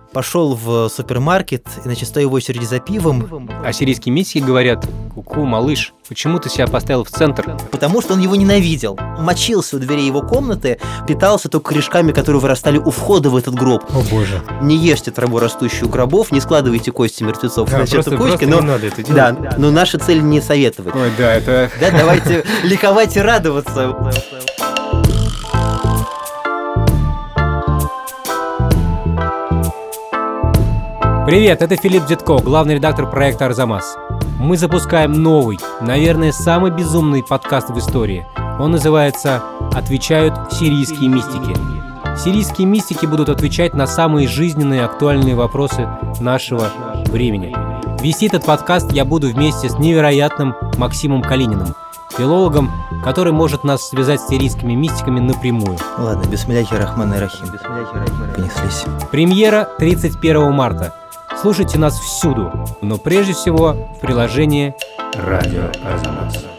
пошел в супермаркет и, значит, стоя в очереди за пивом. А сирийские мистики говорят: ку-ку, малыш, почему ты себя поставил в центр? Потому что он его ненавидел. Мочился у дверей его комнаты, питался только корешками, которые вырастали у входа в этот гроб. О боже. Не ешьте траву, растущую у гробов, не складывайте кости мертвецов Да, на просто кучки, не надо это делать. Да, но наша цель не советовать. Ой, да, это... Да, давайте ликовать и радоваться. Привет, это Филипп Дзитко, главный редактор проекта «Арзамас». Мы запускаем новый, наверное, самый безумный подкаст в истории. Он называется «Отвечают сирийские мистики». Сирийские мистики будут отвечать на самые жизненные и актуальные вопросы нашего времени. Вести этот подкаст я буду вместе с невероятным Максимом Калининым, филологом, который может нас связать с сирийскими мистиками напрямую. Ладно, бисмилляхи рахмани рахим. Понеслись. Премьера 31 марта. Слушайте нас всюду, но прежде всего в приложении «Радио Арзамас».